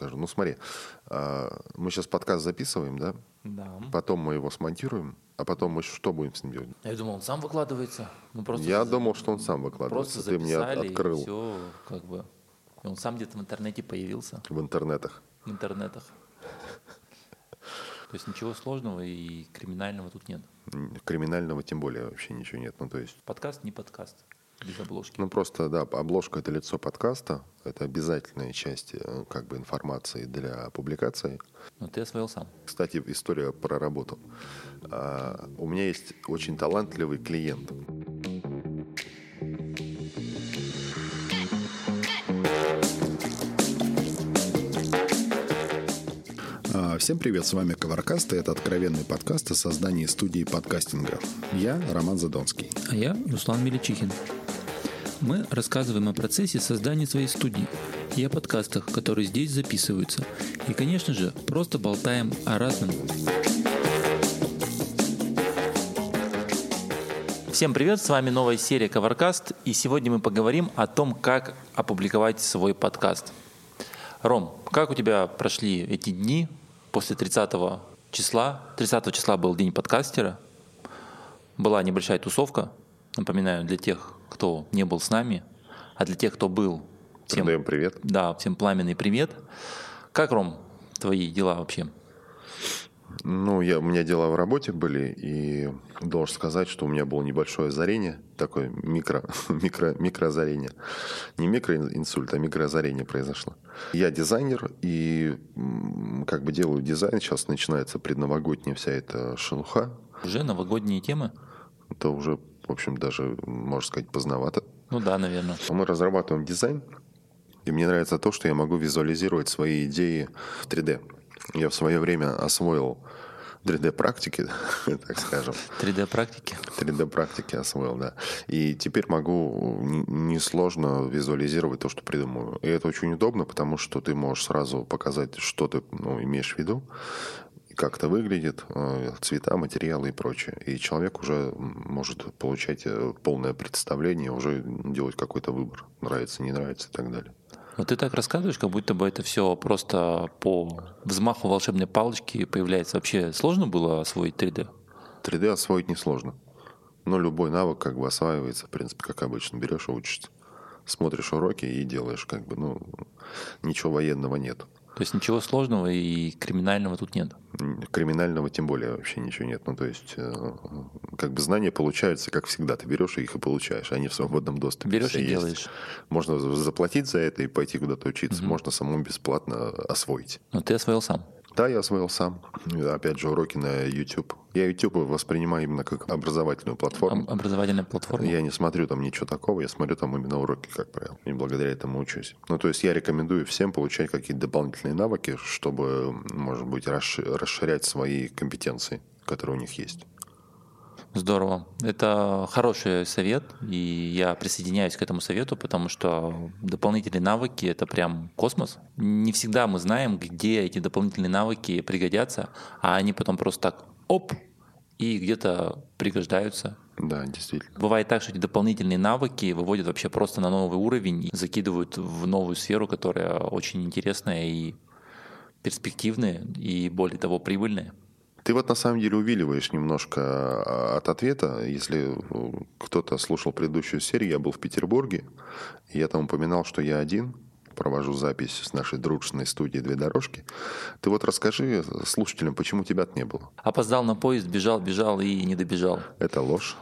расскажу. Ну смотри, мы сейчас подкаст записываем, да? Да. Потом мы его смонтируем, а потом мы что будем с ним делать? Я думал, он сам выкладывается. Я думал, что он сам выкладывается. Просто Ты мне записали, открыл. и все, как бы. И он сам где-то в интернете появился. В интернетах. В интернетах. То есть ничего сложного и криминального тут нет. Криминального тем более вообще ничего нет. Ну, то есть... Подкаст не подкаст. Без обложки. Ну, просто, да, обложка — это лицо подкаста. Это обязательная часть как бы информации для публикации. Но ты освоил сам. Кстати, история про работу. У меня есть очень талантливый клиент. Всем привет, с вами Коваркаст, и это откровенный подкаст о создании студии подкастинга. Я Роман Задонский. А я Руслан Меличихин. Мы рассказываем о процессе создания своей студии и о подкастах, которые здесь записываются. И, конечно же, просто болтаем о разном. Всем привет, с вами новая серия Коваркаст, и сегодня мы поговорим о том, как опубликовать свой подкаст. Ром, как у тебя прошли эти дни после 30 числа? 30 числа был день подкастера, была небольшая тусовка, напоминаю, для тех, кто не был с нами, а для тех, кто был, всем Передаем привет. Да, всем пламенный привет. Как, Ром, твои дела вообще? Ну, у меня дела в работе были, и должен сказать, что у меня было небольшое озарение, такое микроозарение. Не микроинсульт, а микроозарение произошло. Я дизайнер, и как бы делаю дизайн. Сейчас начинается предновогодняя вся эта шелуха. Уже новогодние темы? Это уже, в общем, даже, можно сказать, поздновато. Ну да, наверное. Мы разрабатываем дизайн, и мне нравится то, что я могу визуализировать свои идеи в 3D. Я в свое время освоил 3D-практики, так скажем. 3D-практики? 3D-практики освоил, да. И теперь могу несложно визуализировать то, что придумываю. И это очень удобно, потому что ты можешь сразу показать, что ты имеешь в виду, как это выглядит, цвета, материалы и прочее. И человек уже может получать полное представление, уже делать какой-то выбор, нравится, не нравится и так далее. Вот ты так рассказываешь, как будто бы это все просто по взмаху волшебной палочки появляется. Вообще сложно было освоить 3D? 3D освоить несложно. Но любой навык как бы осваивается, в принципе, как обычно. Берешь и учишься. Смотришь уроки и делаешь, как бы, ничего военного нет. То есть ничего сложного и криминального тут нет? Криминального тем более вообще ничего нет. Ну, то есть, как бы знания получаются, как всегда. Ты берешь их и получаешь, они в свободном доступе. Берешь и делаешь. Можно заплатить за это и пойти куда-то учиться. Можно самому бесплатно освоить. Но ты освоил сам? Да, я освоил сам. Опять же, уроки на YouTube. Я YouTube воспринимаю именно как образовательную платформу. Образовательная платформа? Я не смотрю там ничего такого, я смотрю там именно уроки, как правило. И благодаря этому учусь. Ну, то есть я рекомендую всем получать какие-то дополнительные навыки, чтобы, может быть, расширять свои компетенции, которые у них есть. Здорово. Это хороший совет, и я присоединяюсь к этому совету, потому что дополнительные навыки — это прям космос. Не всегда мы знаем, где эти дополнительные навыки пригодятся, а они потом просто так оп, и где-то пригождаются. Да, действительно. Бывает так, что эти дополнительные навыки выводят вообще просто на новый уровень и закидывают в новую сферу, которая очень интересная и перспективная, и более того, прибыльная. Ты вот на самом деле увиливаешь немножко от ответа. Если кто-то слушал предыдущую серию, я был в Петербурге, и я там упоминал, что я один провожу запись с нашей дружественной студии «Две дорожки». Ты вот расскажи слушателям, почему тебя-то не было. Опоздал на поезд, бежал и не добежал. Это ложь.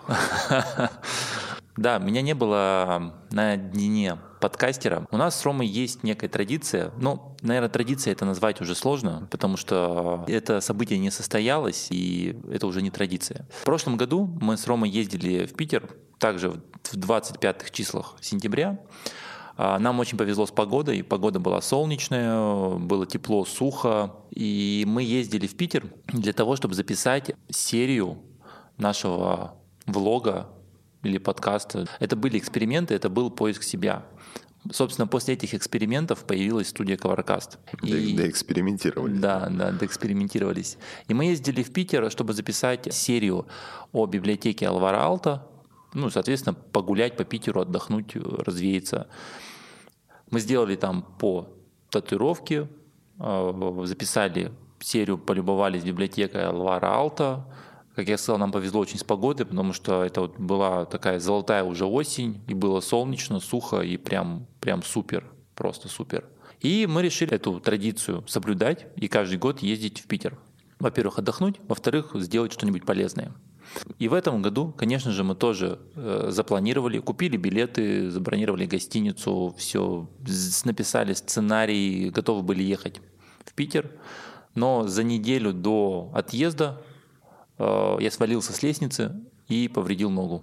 Да, меня не было на дне подкастера. У нас с Ромой есть некая традиция. Ну, наверное, традиция это назвать уже сложно, потому что это событие не состоялось, и это уже не традиция. В прошлом году мы с Ромой ездили в Питер, также в 25 числах сентября. Нам очень повезло с погодой. Погода была солнечная, было тепло, сухо. И мы ездили в Питер для того, чтобы записать серию нашего влога или подкаста. Это были эксперименты, это был поиск себя. Собственно, после этих экспериментов появилась студия Коваркаст. Доэкспериментировались. Да, доэкспериментировались. И мы ездили в Питер, чтобы записать серию о библиотеке Алвара Алта. Соответственно, погулять по Питеру, отдохнуть, развеяться. Мы сделали там по татуировке записали серию, полюбовались библиотекой Alvaro Aalto. Как я сказал, нам повезло очень с погодой, потому что это вот была такая золотая уже осень, и было солнечно, сухо, и прям супер, просто супер. И мы решили эту традицию соблюдать и каждый год ездить в Питер. Во-первых, отдохнуть, во-вторых, сделать что-нибудь полезное. И в этом году, конечно же, мы тоже запланировали, купили билеты, забронировали гостиницу, все, написали сценарий, готовы были ехать в Питер. Но за неделю до отъезда я свалился с лестницы и повредил ногу.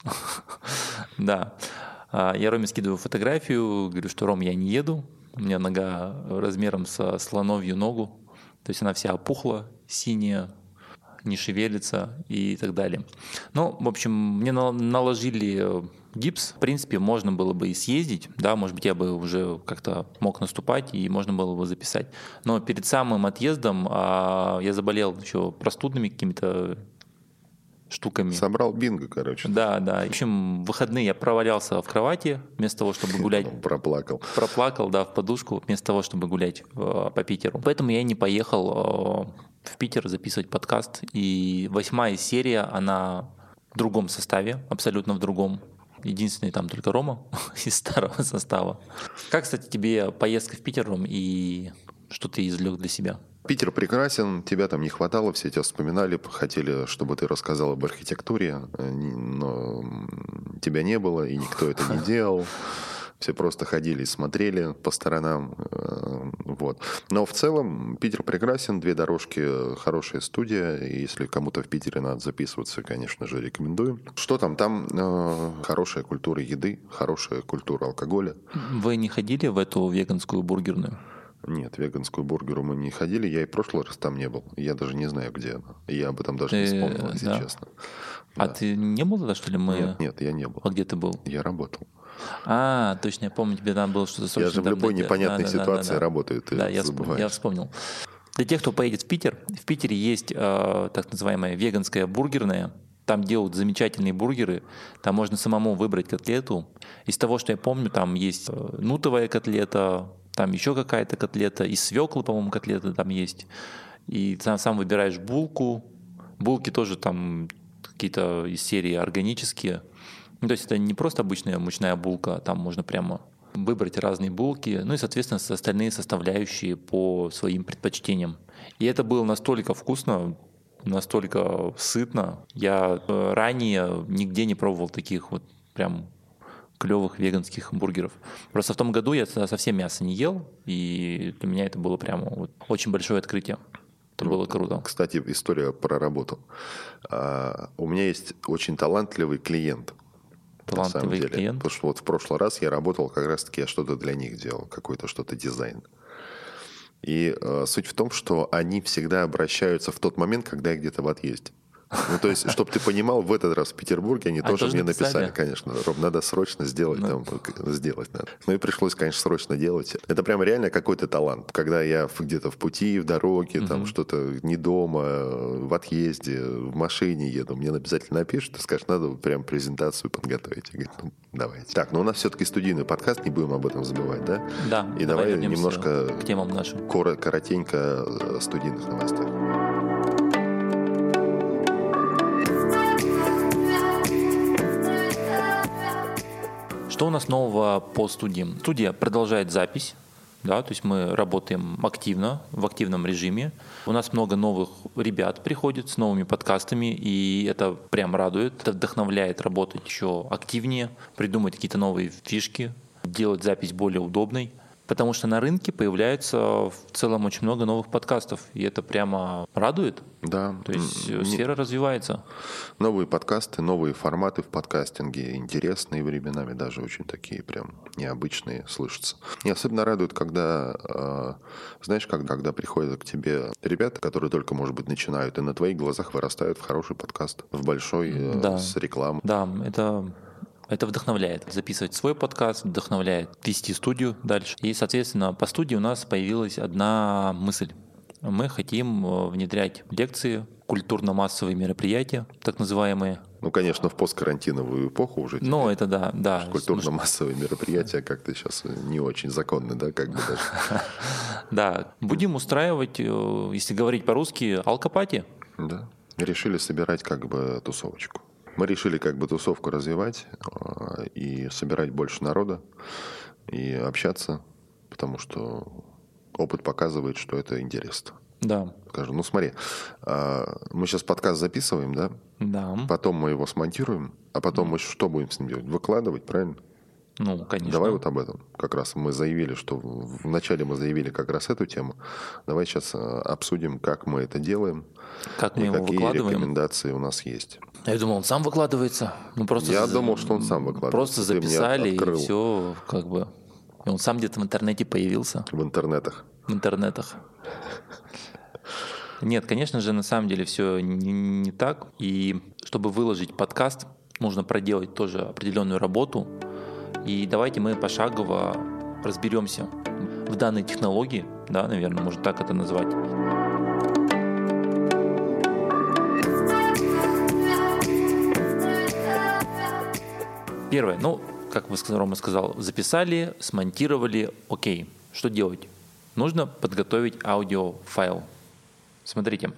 Да. Я Роме скидываю фотографию, говорю, что Ром, я не еду. У меня нога размером со слоновью ногу. То есть она вся опухла, синяя, не шевелится и так далее. Ну, в общем, мне наложили гипс. В принципе, можно было бы и съездить, да, может быть, я бы уже как-то мог наступать и можно было бы записать. Но перед самым отъездом я заболел еще простудными какими-то штуками. Собрал бинго, короче. Да. В общем, в выходные я провалялся в кровати вместо того, чтобы гулять. Проплакал. Проплакал, да, в подушку, вместо того, чтобы гулять по Питеру. Поэтому я не поехал в Питер записывать подкаст. И 8-я серия, она в другом составе, абсолютно в другом. Единственный там только Рома из старого состава. Как, кстати, тебе поездка в Питер, Ром, и что ты извлек для себя? Питер прекрасен, тебя там не хватало, все тебя вспоминали, хотели, чтобы ты рассказал об архитектуре, но тебя не было, и никто это не делал. Все просто ходили и смотрели по сторонам. Вот. Но в целом Питер прекрасен, 2 дорожки, хорошая студия. И если кому-то в Питере надо записываться, конечно же, рекомендую. Что там? Там хорошая культура еды, хорошая культура алкоголя. Вы не ходили в эту веганскую бургерную? Нет, веганскую бургеру мы не ходили. Я и в прошлый раз там не был. Я даже не знаю, где она. Я об этом даже не вспомнил, если честно. А ты не был тогда, что ли? Нет, я не был. А где ты был? Я работал. Точно, я помню, тебе там было что-то срочно. Я же в любой непонятной ситуации работаю, ты забываешь. Я вспомнил. Для тех, кто поедет в Питере есть так называемая веганская бургерная. Там делают замечательные бургеры, там можно самому выбрать котлету. Из того, что я помню, там есть нутовая котлета, там еще какая-то котлета, из свеклы, по-моему, котлета там есть. И сам выбираешь булку. Булки тоже там какие-то из серии органические. Ну, то есть это не просто обычная мучная булка, а там можно прямо выбрать разные булки, ну и, соответственно, остальные составляющие по своим предпочтениям. И это было настолько вкусно, настолько сытно. Я ранее нигде не пробовал таких вот прям клевых веганских бургеров. Просто в том году я совсем мясо не ел, и для меня это было прямо вот очень большое открытие. Это было круто. Кстати, история про работу. У меня есть очень талантливый клиент. Талантливый клиент? Потому что вот в прошлый раз я работал, как раз-таки я что-то для них делал, какой-то что-то дизайн. И суть в том, что они всегда обращаются в тот момент, когда я где-то в отъезде. Ну, то есть, чтобы ты понимал, в этот раз в Петербурге они тоже мне написали, конечно, Ром, надо срочно сделать, сделать надо. Ну и пришлось, конечно, срочно делать. Это прям реально какой-то талант. Когда я где-то в пути, в дороге, там что-то не дома, в отъезде, в машине еду, мне обязательно напишут и скажут, надо прям презентацию подготовить. Я говорю, давайте. Так, но у нас все-таки студийный подкаст, не будем об этом забывать, да? Да. И давай немножко к темам нашим. Коротенько студийных новостей. Что у нас нового по студиям? Студия продолжает запись, да, то есть мы работаем активно, в активном режиме. У нас много новых ребят приходит с новыми подкастами, и это прям радует, это вдохновляет работать еще активнее, придумать какие-то новые фишки, делать запись более удобной. Потому что на рынке появляется в целом очень много новых подкастов, и это прямо радует. Да. То есть сфера развивается. Новые подкасты, новые форматы в подкастинге, интересные временами, даже очень такие прям необычные слышатся. И особенно радует, когда, знаешь, когда приходят к тебе ребята, которые только, может быть, начинают, и на твоих глазах вырастают в хороший подкаст, в большой, с рекламой. Да, это вдохновляет. Записывать свой подкаст, вдохновляет вести студию дальше. И, соответственно, по студии у нас появилась одна мысль. мы хотим внедрять лекции, культурно-массовые мероприятия, так называемые. Ну, конечно, в посткарантиновую эпоху уже. Ну, это да. Культурно-массовые мероприятия как-то сейчас не очень законны, да, как бы даже. Да, будем устраивать, если говорить по-русски, алкопати. Да, решили собирать как бы тусовочку. Мы решили как бы тусовку развивать и собирать больше народа и общаться, потому что опыт показывает, что это интересно. Да. Скажу, ну смотри, мы сейчас подкаст записываем, да? Да. Потом мы его смонтируем, а потом мы что будем с ним делать? Выкладывать, правильно? Ну, конечно. Давай вот об этом. Как раз мы заявили, что вначале мы заявили как раз эту тему. Давай сейчас обсудим, как мы это делаем. Как мы и его какие выкладываем. рекомендации у нас есть. Я думал, он сам выкладывается. Я думал, что он сам выкладывается. Просто Ты мне записали, и открыл. все, как бы. И он сам где-то в интернете появился. В интернетах. В интернетах. Нет, конечно же, на самом деле все не так. И чтобы выложить подкаст, нужно проделать тоже определенную работу. И давайте мы пошагово разберемся в данной технологии, да, наверное, можно так это назвать. Первое, как Рома сказал, записали, смонтировали, окей. Что делать? Нужно подготовить аудиофайл. Смотрите,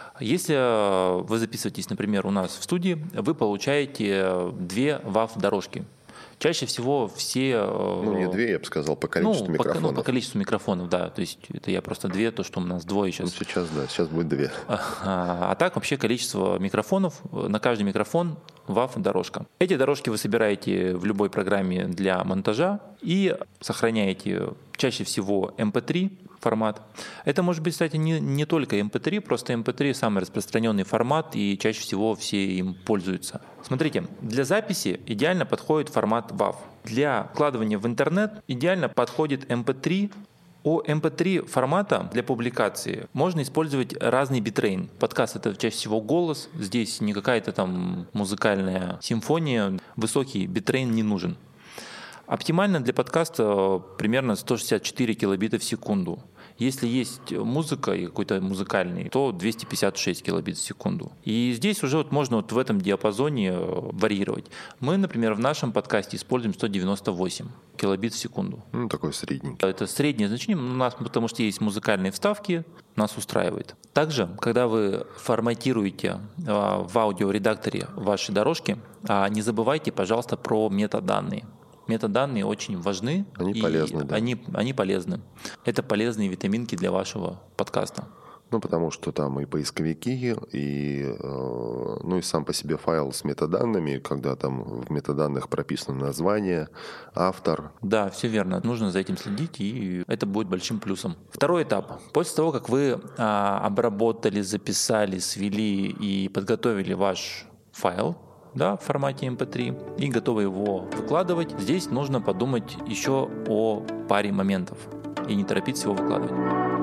если вы записываетесь, например, у нас в студии, вы получаете 2 WAV-дорожки. Чаще всего все... Ну, не 2, я бы сказал, по количеству микрофонов. По количеству микрофонов, да. То есть это я просто 2, то, что у нас 2 сейчас. Ну, сейчас, да, сейчас будет 2. А так вообще количество микрофонов, на каждый микрофон WAV-дорожка. Эти дорожки вы собираете в любой программе для монтажа и сохраняете чаще всего MP3 формат. Это может быть, кстати, не только MP3, просто MP3 самый распространенный формат, и чаще всего все им пользуются. Смотрите, для записи идеально подходит формат WAV. Для вкладывания в интернет идеально подходит MP3. У MP3 формата для публикации можно использовать разный битрейн. Подкаст — это чаще всего голос, здесь не какая-то там музыкальная симфония, высокий битрейн не нужен. Оптимально для подкаста примерно 164 килобита в секунду. Если есть музыка и какой-то музыкальный, то 256 килобит в секунду. И здесь уже можно в этом диапазоне варьировать. Мы, например, в нашем подкасте используем 198 килобит в секунду. Ну, такой средненький. Это среднее значение у нас, потому что есть музыкальные вставки, нас устраивает. Также, когда вы форматируете в аудиоредакторе ваши дорожки, не забывайте, пожалуйста, про метаданные. Метаданные очень важны. Они полезны, да. Они полезны. Это полезные витаминки для вашего подкаста. Ну, потому что там и поисковики, и сам по себе файл с метаданными, когда там в метаданных прописано название, автор. Да, все верно. Нужно за этим следить, и это будет большим плюсом. Второй этап. После того, как вы обработали, записали, свели и подготовили ваш файл, в формате MP3 и готовы его выкладывать, здесь нужно подумать еще о паре моментов и не торопиться его выкладывать.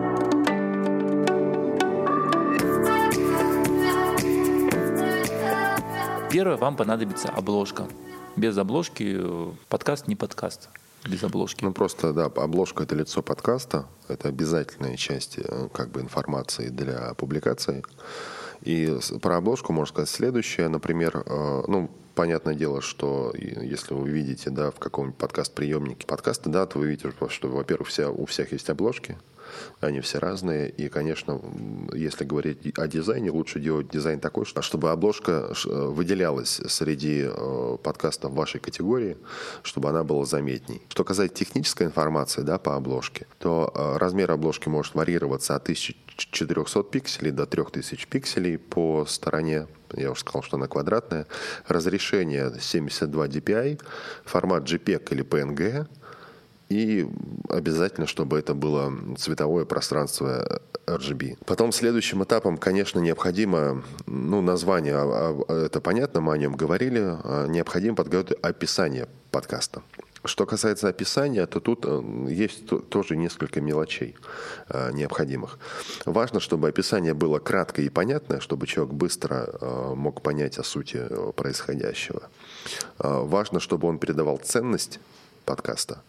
Первое, вам понадобится обложка. Без обложки подкаст не подкаст. Без обложки. Ну, просто, да, обложка — это лицо подкаста, это обязательная часть как бы информации для публикации. И про обложку можно сказать следующее. Например, понятное дело, что если вы видите, в каком-нибудь подкаст-приемнике подкасты, то вы видите, что, во-первых, у всех есть обложки, они все разные. И, конечно, если говорить о дизайне, лучше делать дизайн такой, чтобы обложка выделялась среди подкастов вашей категории, чтобы она была заметней. Что касается технической информации, по обложке, то размер обложки может варьироваться от 1400 пикселей до 3000 пикселей по стороне. Я уже сказал, что она квадратная. Разрешение 72 dpi, формат JPEG или PNG. И обязательно, чтобы это было цветовое пространство RGB. Потом следующим этапом, конечно, необходимо, название, это понятно, мы о нем говорили, необходимо подготовить описание подкаста. Что касается описания, то тут есть тоже несколько мелочей необходимых. Важно, чтобы описание было краткое и понятное, чтобы человек быстро мог понять о сути происходящего. Важно, чтобы он передавал ценность подкаста.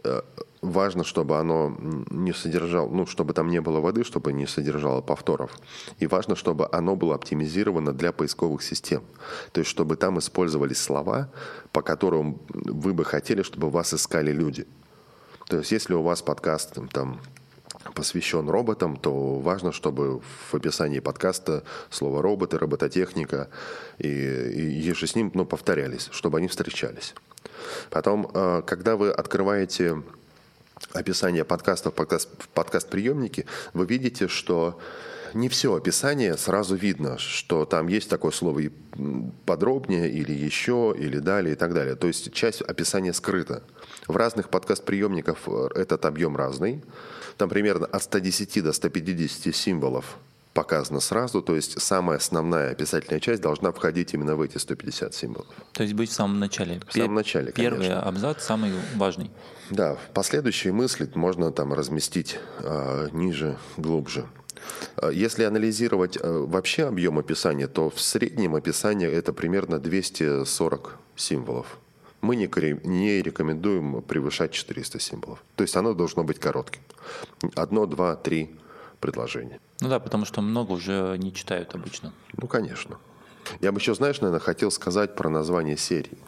Важно, чтобы оно не содержало, чтобы там не было воды, чтобы не содержало повторов. И важно, чтобы оно было оптимизировано для поисковых систем. То есть, чтобы там использовались слова, по которым вы бы хотели, чтобы вас искали люди. То есть, если у вас подкаст там посвящен роботам, то важно, чтобы в описании подкаста слово «роботы», «робототехника» и еже с ним повторялись, чтобы они встречались. Потом, когда вы открываете описание подкаста в подкаст-приемнике, вы видите, что не все описание сразу видно, что там есть такое слово и подробнее, или еще, или далее, и так далее. То есть часть описания скрыта. В разных подкаст-приемниках этот объем разный. Там примерно от 110 до 150 символов показано сразу, то есть самая основная описательная часть должна входить именно в эти 150 символов. То есть быть в самом начале. В самом начале, Первый конечно. абзац самый важный. Да, последующие мысли можно там разместить ниже, глубже. Если анализировать вообще объем описания, то в среднем описание это примерно 240 символов. Мы не рекомендуем превышать 400 символов. То есть оно должно быть коротким. 1, 2, 3 предложения. Ну да, потому что много уже не читают обычно. Ну, конечно. Я бы еще, наверное, хотел сказать про название серии.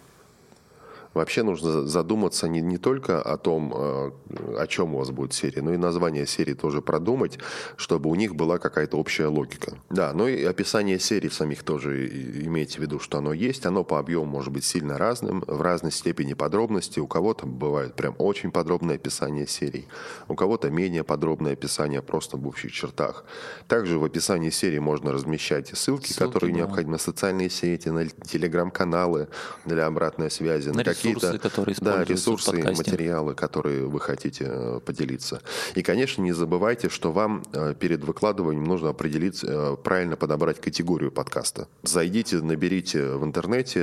Вообще нужно задуматься не только о том, о чем у вас будет серия, но и название серии тоже продумать, чтобы у них была какая-то общая логика. Да, но и описание серий самих тоже имейте в виду, что оно есть. Оно по объему может быть сильно разным, в разной степени подробности. У кого-то бывает прям очень подробное описание серий, у кого-то менее подробное описание просто в общих чертах. Также в описании серии можно размещать ссылки, которые необходимы, социальные сети, на телеграм-каналы для обратной связи, на ресурсы, которые используются, ресурсы, материалы, которые вы хотите поделиться. И, конечно, не забывайте, что вам перед выкладыванием нужно определить, правильно подобрать категорию подкаста. Зайдите, наберите в интернете,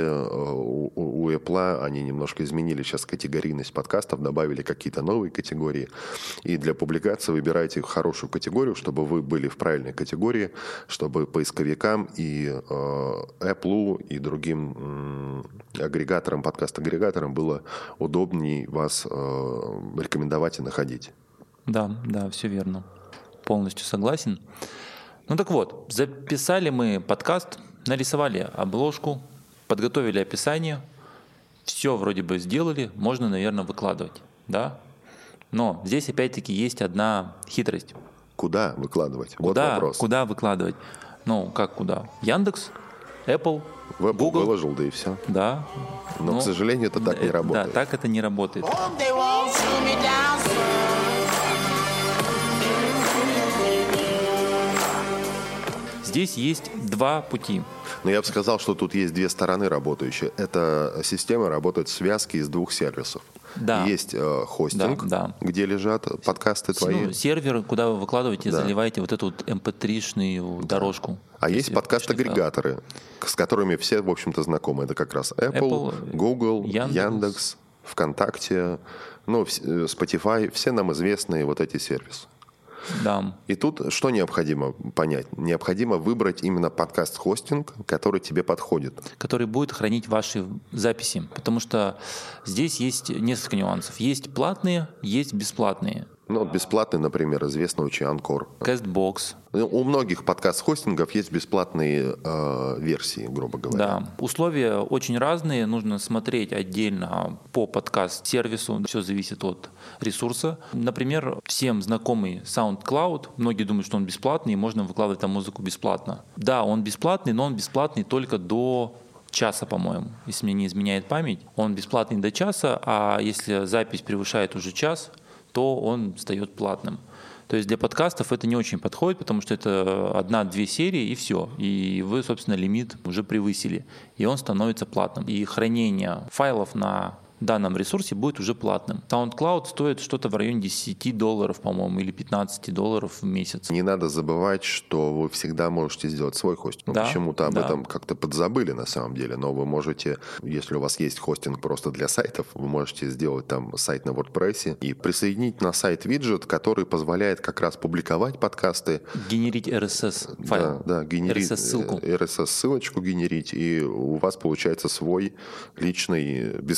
у Apple они немножко изменили сейчас категорийность подкастов, добавили какие-то новые категории. И для публикации выбирайте хорошую категорию, чтобы вы были в правильной категории, чтобы поисковикам и Apple, и другим агрегаторам, подкаст-агрегаторам было удобнее вас рекомендовать и находить. Да, все верно. Полностью согласен. Ну так вот, записали мы подкаст, нарисовали обложку, подготовили описание, все вроде бы сделали, можно, наверное, выкладывать, да? Но здесь опять-таки есть одна хитрость. Куда выкладывать? Вот вопрос. Куда выкладывать? Ну, как куда? Яндекс, Apple, в Apple Google. Выложил, да и все. Да. Но, к сожалению, это так не работает. Да, так это не работает. Здесь есть два пути. Но я бы сказал, что тут есть две стороны работающие. Эта система работает в связке из двух сервисов. Да. Есть хостинг, где лежат подкасты твои. Сервер, куда вы выкладываете, заливаете вот эту вот mp3-шную дорожку. А есть подкаст-агрегаторы, с которыми все, в общем-то, знакомы. Это как раз Apple, Google, Яндекс, ВКонтакте, Spotify. Все нам известные вот эти сервисы. Да. И тут что необходимо понять? Необходимо выбрать именно подкаст-хостинг, который тебе подходит. Который будет хранить ваши записи. Потому что здесь есть несколько нюансов. Есть платные, есть бесплатные. Бесплатный, например, известный очень Анкор. Castbox. У многих подкаст-хостингов есть бесплатные версии, грубо говоря. Да. Условия очень разные. Нужно смотреть отдельно по подкаст-сервису. Все зависит от ресурса. Например, всем знакомый SoundCloud. Многие думают, что он бесплатный, и можно выкладывать там музыку бесплатно. Да, он бесплатный, но он бесплатный только до часа, по-моему, если мне не изменяет память. Он бесплатный до часа, а если запись превышает уже час, то он встает платным. То есть для подкастов это не очень подходит, потому что это 1-2 серии и все. И вы, собственно, лимит уже превысили. И он становится платным. И хранение файлов на данном ресурсе будет уже платным. SoundCloud стоит что-то в районе $10, по-моему, или $15 в месяц. Не надо забывать, что вы всегда можете сделать свой хостинг. Почему-то об этом как-то подзабыли на самом деле, но вы можете, если у вас есть хостинг просто для сайтов, вы можете сделать там сайт на WordPress и присоединить на сайт виджет, который позволяет как раз публиковать подкасты. Генерить RSS-файл. Да, генерить RSS-ссылку. RSS-ссылочку генерить, и у вас получается свой личный бесплатный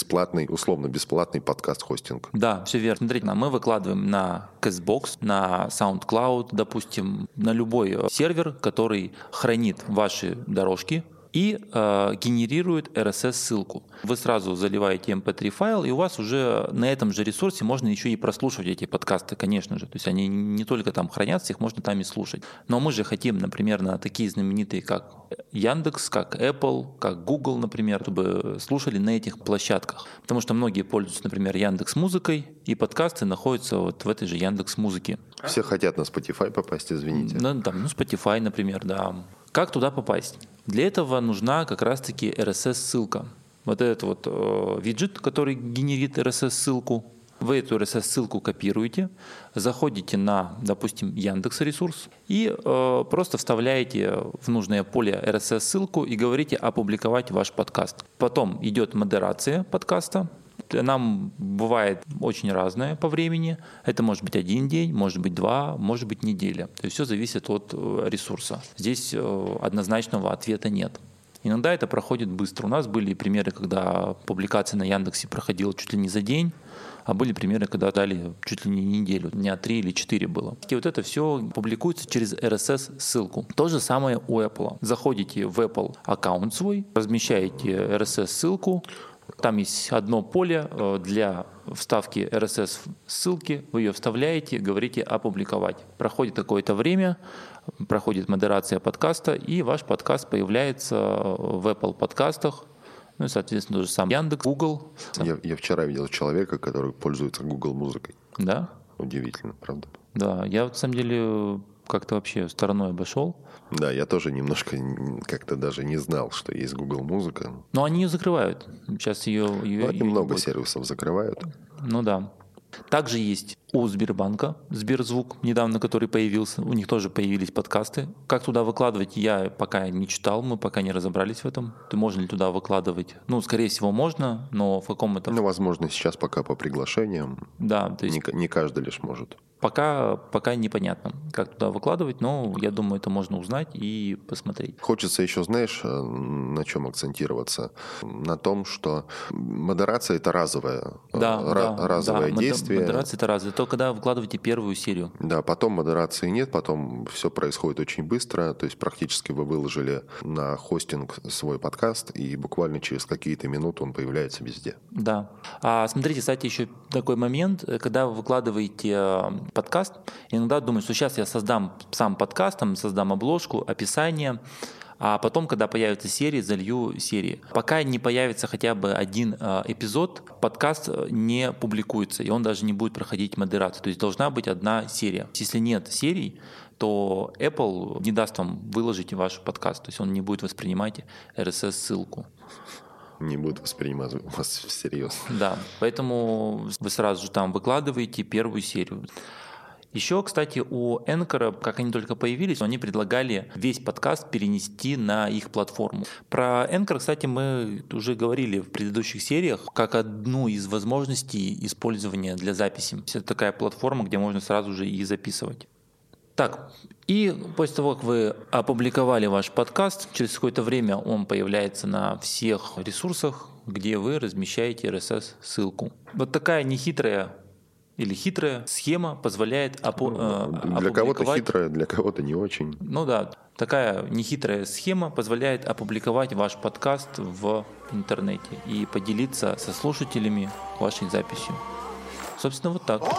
условно бесплатный подкаст-хостинг. Да, все верно. Смотрите, мы выкладываем на CastBox, на SoundCloud, допустим, на любой сервер, который хранит ваши дорожки и генерирует RSS-ссылку. Вы сразу заливаете MP3 файл, и у вас уже на этом же ресурсе можно еще и прослушивать эти подкасты, конечно же. То есть они не только там хранятся, их можно там и слушать. Но мы же хотим, например, на такие знаменитые, как Яндекс, как Apple, как Google, например, чтобы слушали на этих площадках. Потому что многие пользуются, например, Яндекс.Музыкой, и подкасты находятся вот в этой же Яндекс.Музыке. Все хотят на Spotify попасть, извините. Spotify, например, да. Как туда попасть? Для этого нужна как раз-таки RSS-ссылка. Вот этот вот виджет, который генерит RSS-ссылку, вы эту RSS-ссылку копируете, заходите на, допустим, Яндекс.Ресурс и просто вставляете в нужное поле RSS-ссылку и говорите «опубликовать ваш подкаст». Потом идет модерация подкаста. Нам бывает очень разное по времени. Это может быть 1 день, может быть 2, может быть неделя. То есть все зависит от ресурса. Здесь однозначного ответа нет. Иногда это проходит быстро. У нас были примеры, когда публикация на Яндексе проходила чуть ли не за день, а были примеры, когда дали чуть ли не неделю, дня 3 или 4 было. И вот это все публикуется через RSS-ссылку. То же самое у Apple. Заходите в Apple аккаунт свой, размещаете RSS-ссылку, там есть одно поле для вставки RSS-ссылки, вы ее вставляете, говорите «опубликовать». Проходит какое-то время, проходит модерация подкаста, и ваш подкаст появляется в Apple подкастах, ну и, соответственно, тоже сам Яндекс, Google. Я вчера видел человека, который пользуется Google музыкой. Да? Удивительно, правда? Да, я на самом деле как-то вообще стороной обошел. Да, я тоже немножко как-то даже не знал, что есть Google Музыка. Но они ее закрывают. Сейчас ее они много сервисов закрывают. Ну да. Также есть у Сбербанка Сберзвук, недавно который появился. У них тоже появились подкасты. Как туда выкладывать, я пока не читал, мы пока не разобрались в этом. Можно ли туда выкладывать? Ну, скорее всего, можно, но в каком это... Ну, возможно, сейчас пока по приглашениям. Да, то есть... Не каждый лишь может. Пока непонятно, как туда выкладывать, но я думаю, это можно узнать и посмотреть. Хочется еще, знаешь, на чем акцентироваться? На том, что модерация – это разовое действие. Модерация – это разовое. То, когда выкладываете первую серию. Да, потом модерации нет, потом все происходит очень быстро, то есть практически вы выложили на хостинг свой подкаст, и буквально через какие-то минуты он появляется везде. Да. Смотрите, кстати, еще такой момент, когда вы выкладываете подкаст, иногда думаю, что сейчас я создам сам подкаст, там создам обложку, описание, а потом, когда появятся серии, залью серии. Пока не появится хотя бы один эпизод, подкаст не публикуется, и он даже не будет проходить модерацию. То есть должна быть одна серия. Если нет серий, то Apple не даст вам выложить ваш подкаст, то есть он не будет воспринимать RSS-ссылку. Не будет воспринимать вас всерьез. Да, поэтому вы сразу же там выкладываете первую серию. Еще, кстати, у Anchor, как они только появились, они предлагали весь подкаст перенести на их платформу. Про Anchor, кстати, мы уже говорили в предыдущих сериях, как одну из возможностей использования для записи. Это такая платформа, где можно сразу же и записывать. Так, и после того, как вы опубликовали ваш подкаст, через какое-то время он появляется на всех ресурсах, где вы размещаете RSS-ссылку. Вот такая нехитрая или хитрая схема позволяет опубликовать... Для кого-то хитрая, для кого-то не очень. Ну да, такая нехитрая схема позволяет опубликовать ваш подкаст в интернете и поделиться со слушателями вашей записью. Собственно, вот так.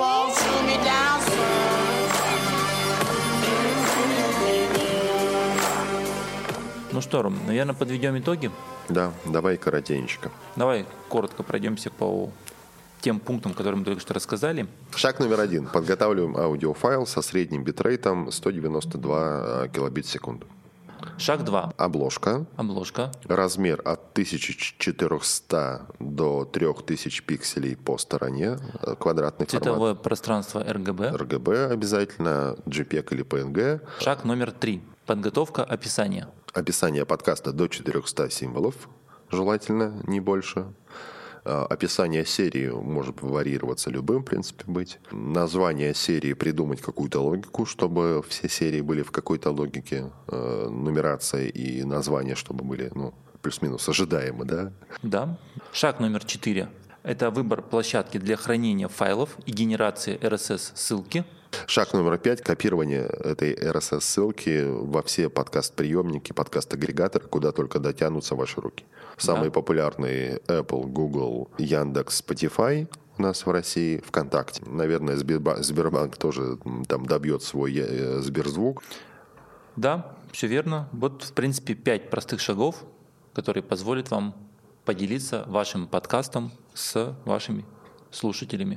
Ну что, Ром, наверное, подведем итоги? Да, давай коротенько. Давай коротко пройдемся по тем пунктам, которые мы только что рассказали. Шаг номер 1. Подготавливаем аудиофайл со средним битрейтом 192 килобит в секунду. Шаг 2. Обложка. Размер от 1400 до 3000 пикселей по стороне. Квадратный формат. Цветовое пространство RGB. RGB обязательно, JPEG или PNG. Шаг номер 3. Подготовка описания. Описание подкаста до 400 символов, желательно, не больше. Описание серии может варьироваться любым, в принципе, быть. Название серии придумать какую-то логику, чтобы все серии были в какой-то логике. Нумерация и название, чтобы были плюс-минус ожидаемо, да? Да. Шаг номер 4. Это выбор площадки для хранения файлов и генерации RSS-ссылки. Шаг номер 5 – копирование этой RSS-ссылки во все подкаст-приемники, подкаст-агрегаторы, куда только дотянутся ваши руки. Самые популярные – Apple, Google, Яндекс, Spotify у нас в России, ВКонтакте. Наверное, Сбербанк тоже там добьет свой Сберзвук. Да, все верно. Вот, в принципе, 5 простых шагов, которые позволят вам поделиться вашим подкастом с вашими слушателями.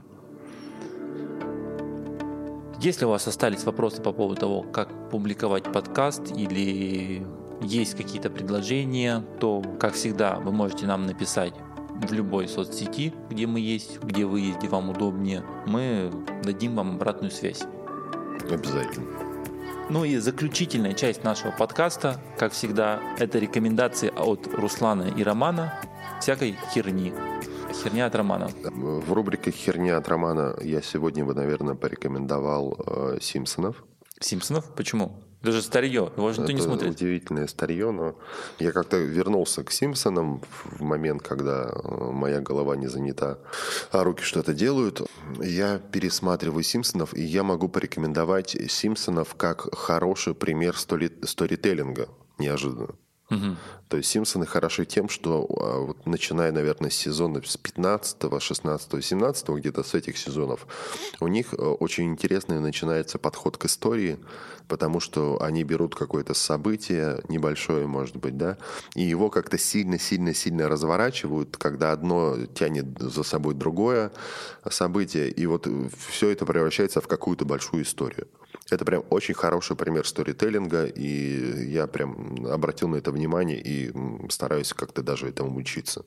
Если у вас остались вопросы по поводу того, как публиковать подкаст или есть какие-то предложения, то, как всегда, вы можете нам написать в любой соцсети, где мы есть, где вы есть, где вам удобнее. Мы дадим вам обратную связь. Обязательно. Ну и заключительная часть нашего подкаста, как всегда, это рекомендации от Руслана и Романа всякой херни. Херня от Романа. В рубрике «Херня от Романа» я сегодня бы, наверное, порекомендовал «Симпсонов». «Симпсонов»? Почему? Это же старье, его же никто не смотрит. Это удивительное старье, но я как-то вернулся к «Симпсонам» в момент, когда моя голова не занята, а руки что-то делают. Я пересматриваю «Симпсонов», и я могу порекомендовать «Симпсонов» как хороший пример сторителлинга, неожиданно. Угу. То есть «Симпсоны» хороши тем, что вот, начиная, наверное, с сезона с 15-го, 16-го, 17-го, где-то с этих сезонов, у них очень интересный начинается подход к истории, потому что они берут какое-то событие, небольшое, может быть, да, и его как-то сильно-сильно-сильно разворачивают, когда одно тянет за собой другое событие, и вот все это превращается в какую-то большую историю. Это прям очень хороший пример сторителлинга, и я прям обратил на это внимание и стараюсь как-то даже этому учиться.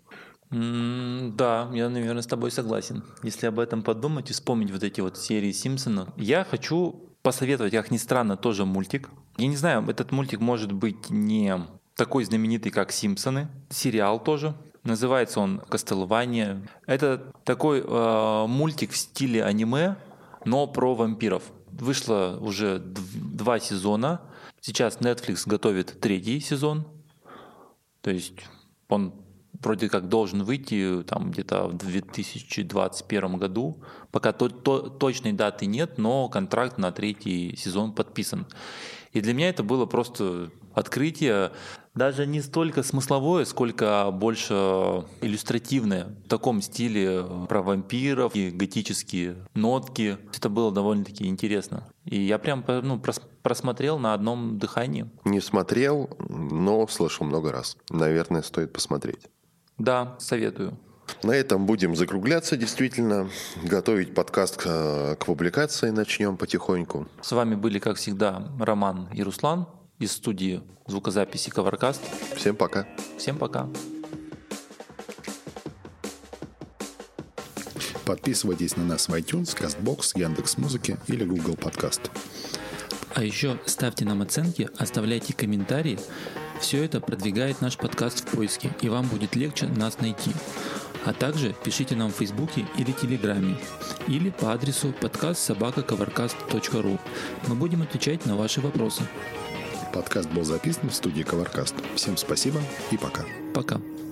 Да, я, наверное, с тобой согласен. Если об этом подумать и вспомнить вот эти вот серии «Симпсонов», я хочу посоветовать, как ни странно, тоже мультик. Я не знаю, этот мультик может быть не такой знаменитый, как «Симпсоны». Сериал тоже. Называется он «Кастлвания». Это такой мультик в стиле аниме, но про вампиров. Вышло уже 2 сезона. Сейчас Netflix готовит 3-й сезон. То есть он вроде как должен выйти там где-то в 2021 году. Пока точной даты нет, но контракт на 3-й сезон подписан. И для меня это было просто открытие, даже не столько смысловое, сколько больше иллюстративное. В таком стиле про вампиров и готические нотки. Это было довольно-таки интересно. И я прям просмотрел на одном дыхании. Не смотрел, но слышал много раз. Наверное, стоит посмотреть. Да, советую. На этом будем закругляться, действительно. Готовить подкаст к публикации начнем потихоньку. С вами были, как всегда, Роман и Руслан из студии звукозаписи Covercast. Всем пока. Всем пока. Подписывайтесь на нас в iTunes, CastBox, Яндекс.Музыке или Google Podcast. А еще ставьте нам оценки, оставляйте комментарии. Все это продвигает наш подкаст в поиске, и вам будет легче нас найти. А также пишите нам в Фейсбуке или Телеграме, или по адресу podcast@covercast.ru. Мы будем отвечать на ваши вопросы. Подкаст был записан в студии Covercast. Всем спасибо и пока. Пока.